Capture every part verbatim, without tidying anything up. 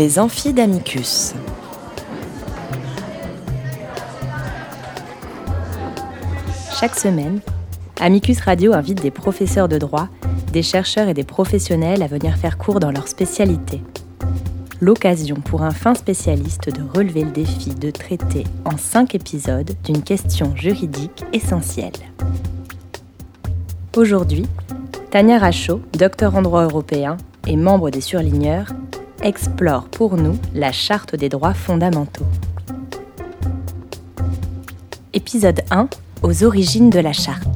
Les amphis d'Amicus. Chaque semaine, Amicus Radio invite des professeurs de droit, des chercheurs et des professionnels à venir faire cours dans leur spécialité. L'occasion pour un fin spécialiste de relever le défi de traiter en cinq épisodes d'une question juridique essentielle. Aujourd'hui, Tania Rachaud, docteur en droit européen et membre des Surligneurs, explore pour nous la Charte des droits fondamentaux. Épisode un, aux origines de la Charte.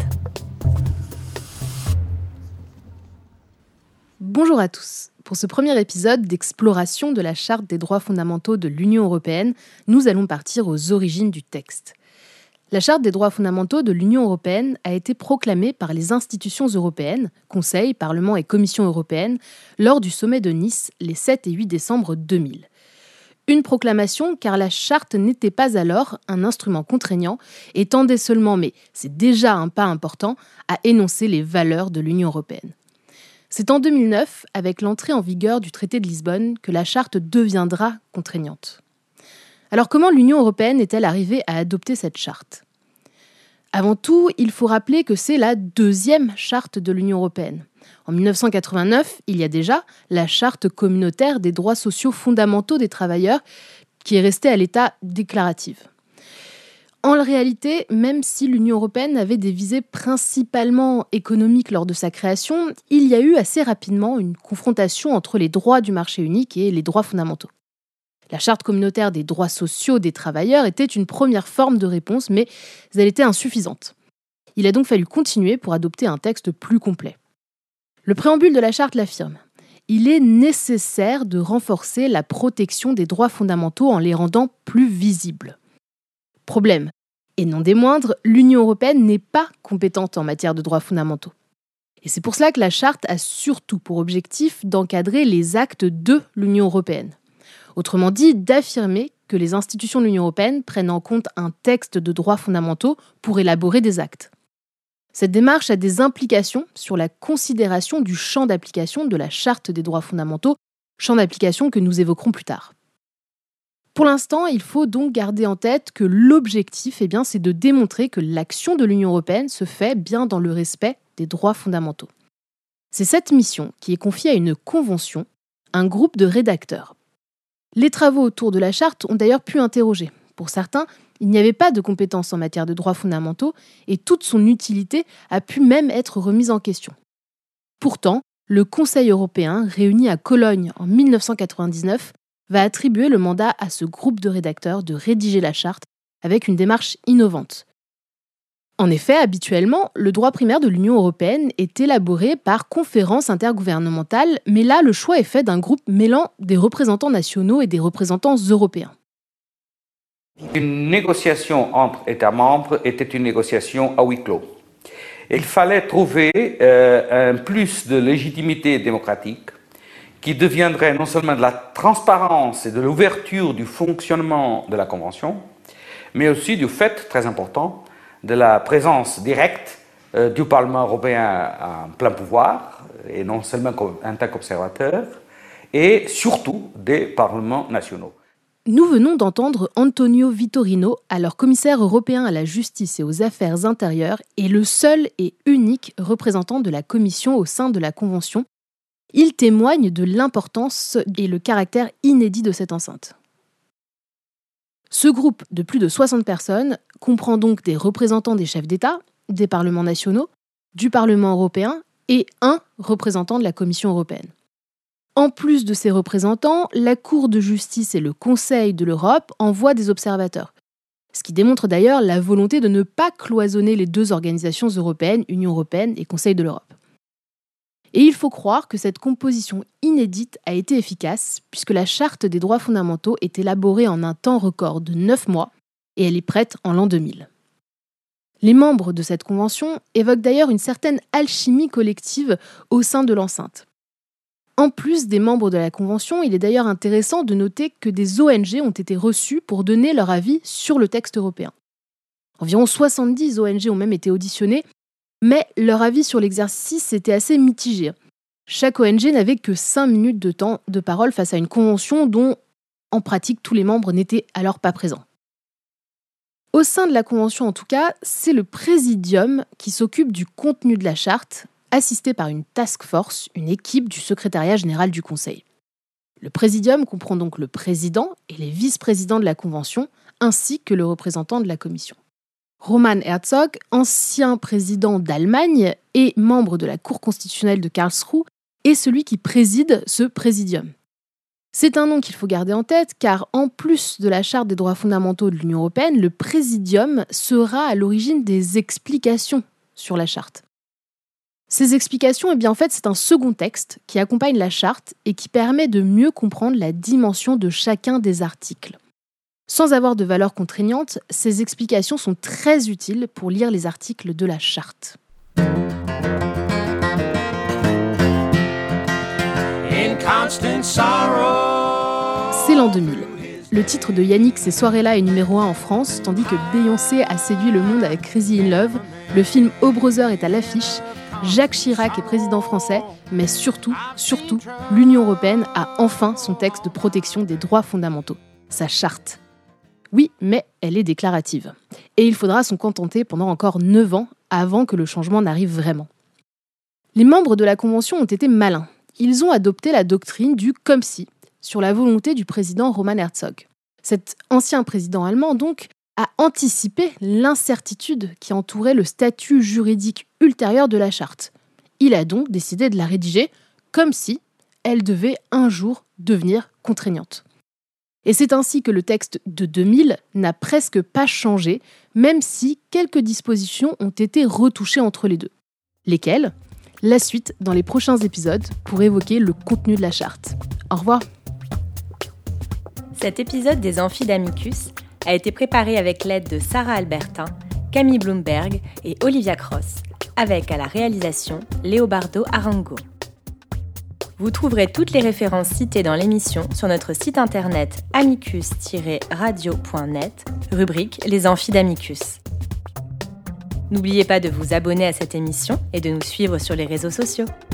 Bonjour à tous. Pour ce premier épisode d'exploration de la Charte des droits fondamentaux de l'Union européenne, nous allons partir aux origines du texte. La Charte des droits fondamentaux de l'Union européenne a été proclamée par les institutions européennes, Conseil, Parlement et Commission européenne, lors du sommet de Nice les sept et huit décembre deux mille. Une proclamation car la Charte n'était pas alors un instrument contraignant et tendait seulement, mais c'est déjà un pas important, à énoncer les valeurs de l'Union européenne. C'est en deux mille neuf, avec l'entrée en vigueur du traité de Lisbonne, que la Charte deviendra contraignante. Alors comment l'Union européenne est-elle arrivée à adopter cette charte ? Avant tout, il faut rappeler que c'est la deuxième charte de l'Union européenne. En dix-neuf cent quatre-vingt-neuf, il y a déjà la Charte communautaire des droits sociaux fondamentaux des travailleurs qui est restée à l'état déclaratif. En réalité, même si l'Union européenne avait des visées principalement économiques lors de sa création, il y a eu assez rapidement une confrontation entre les droits du marché unique et les droits fondamentaux. La Charte communautaire des droits sociaux des travailleurs était une première forme de réponse, mais elle était insuffisante. Il a donc fallu continuer pour adopter un texte plus complet. Le préambule de la Charte l'affirme. Il est nécessaire de renforcer la protection des droits fondamentaux en les rendant plus visibles. Problème, et non des moindres, l'Union européenne n'est pas compétente en matière de droits fondamentaux. Et c'est pour cela que la Charte a surtout pour objectif d'encadrer les actes de l'Union européenne. Autrement dit, d'affirmer que les institutions de l'Union européenne prennent en compte un texte de droits fondamentaux pour élaborer des actes. Cette démarche a des implications sur la considération du champ d'application de la Charte des droits fondamentaux, champ d'application que nous évoquerons plus tard. Pour l'instant, il faut donc garder en tête que l'objectif, eh bien, c'est de démontrer que l'action de l'Union européenne se fait bien dans le respect des droits fondamentaux. C'est cette mission qui est confiée à une convention, un groupe de rédacteurs. Les travaux autour de la Charte ont d'ailleurs pu interroger. Pour certains, il n'y avait pas de compétences en matière de droits fondamentaux et toute son utilité a pu même être remise en question. Pourtant, le Conseil européen, réuni à Cologne en dix-neuf cent quatre-vingt-dix-neuf, va attribuer le mandat à ce groupe de rédacteurs de rédiger la Charte avec une démarche innovante. En effet, habituellement, le droit primaire de l'Union européenne est élaboré par conférence intergouvernementale, mais là, le choix est fait d'un groupe mêlant des représentants nationaux et des représentants européens. Une négociation entre États membres était une négociation à huis clos. Il fallait trouver euh, un plus de légitimité démocratique qui deviendrait non seulement de la transparence et de l'ouverture du fonctionnement de la Convention, mais aussi du fait, très important, de la présence directe euh, du Parlement européen en plein pouvoir, et non seulement en tant qu'observateur, et surtout des parlements nationaux. Nous venons d'entendre Antonio Vitorino, alors commissaire européen à la justice et aux affaires intérieures, et le seul et unique représentant de la Commission au sein de la Convention. Il témoigne de l'importance et le caractère inédit de cette enceinte. Ce groupe de plus de soixante personnes comprend donc des représentants des chefs d'État, des parlements nationaux, du Parlement européen et un représentant de la Commission européenne. En plus de ces représentants, la Cour de justice et le Conseil de l'Europe envoient des observateurs, ce qui démontre d'ailleurs la volonté de ne pas cloisonner les deux organisations européennes, Union européenne et Conseil de l'Europe. Et il faut croire que cette composition inédite a été efficace, puisque la Charte des droits fondamentaux est élaborée en un temps record de neuf mois, et elle est prête en l'an deux mille. Les membres de cette convention évoquent d'ailleurs une certaine alchimie collective au sein de l'enceinte. En plus des membres de la Convention, il est d'ailleurs intéressant de noter que des O N G ont été reçues pour donner leur avis sur le texte européen. Environ soixante-dix O N G ont même été auditionnées, mais leur avis sur l'exercice était assez mitigé. Chaque O N G n'avait que cinq minutes de temps de parole face à une convention dont, en pratique, tous les membres n'étaient alors pas présents. Au sein de la convention, en tout cas, c'est le présidium qui s'occupe du contenu de la charte, assisté par une task force, une équipe du secrétariat général du Conseil. Le présidium comprend donc le président et les vice-présidents de la convention, ainsi que le représentant de la commission. Roman Herzog, ancien président d'Allemagne et membre de la Cour constitutionnelle de Karlsruhe, est celui qui préside ce présidium. C'est un nom qu'il faut garder en tête car, en plus de la Charte des droits fondamentaux de l'Union européenne, le présidium sera à l'origine des explications sur la Charte. Ces explications, eh bien, en fait, c'est un second texte qui accompagne la Charte et qui permet de mieux comprendre la dimension de chacun des articles. Sans avoir de valeur contraignante, ces explications sont très utiles pour lire les articles de la Charte. C'est l'an deux mille. Le titre de Yannick Ces soirées-là est numéro un en France, tandis que Beyoncé a séduit le monde avec Crazy in Love, le film Oh Brother est à l'affiche, Jacques Chirac est président français, mais surtout, surtout, l'Union européenne a enfin son texte de protection des droits fondamentaux, sa charte. Oui, mais elle est déclarative. Et il faudra s'en contenter pendant encore neuf ans avant que le changement n'arrive vraiment. Les membres de la Convention ont été malins. Ils ont adopté la doctrine du « comme si » sur la volonté du président Roman Herzog. Cet ancien président allemand, donc, a anticipé l'incertitude qui entourait le statut juridique ultérieur de la charte. Il a donc décidé de la rédiger comme si elle devait un jour devenir contraignante. Et c'est ainsi que le texte de deux mille n'a presque pas changé, même si quelques dispositions ont été retouchées entre les deux. Lesquelles ? La suite dans les prochains épisodes pour évoquer le contenu de la charte. Au revoir. Cet épisode des Amphis d'Amicus a été préparé avec l'aide de Sarah Albertin, Camille Bloomberg et Olivia Cross, avec à la réalisation Leobardo Arango. Vous trouverez toutes les références citées dans l'émission sur notre site internet amicus tiret radio point net, rubrique Les Amphis d'Amicus. N'oubliez pas de vous abonner à cette émission et de nous suivre sur les réseaux sociaux.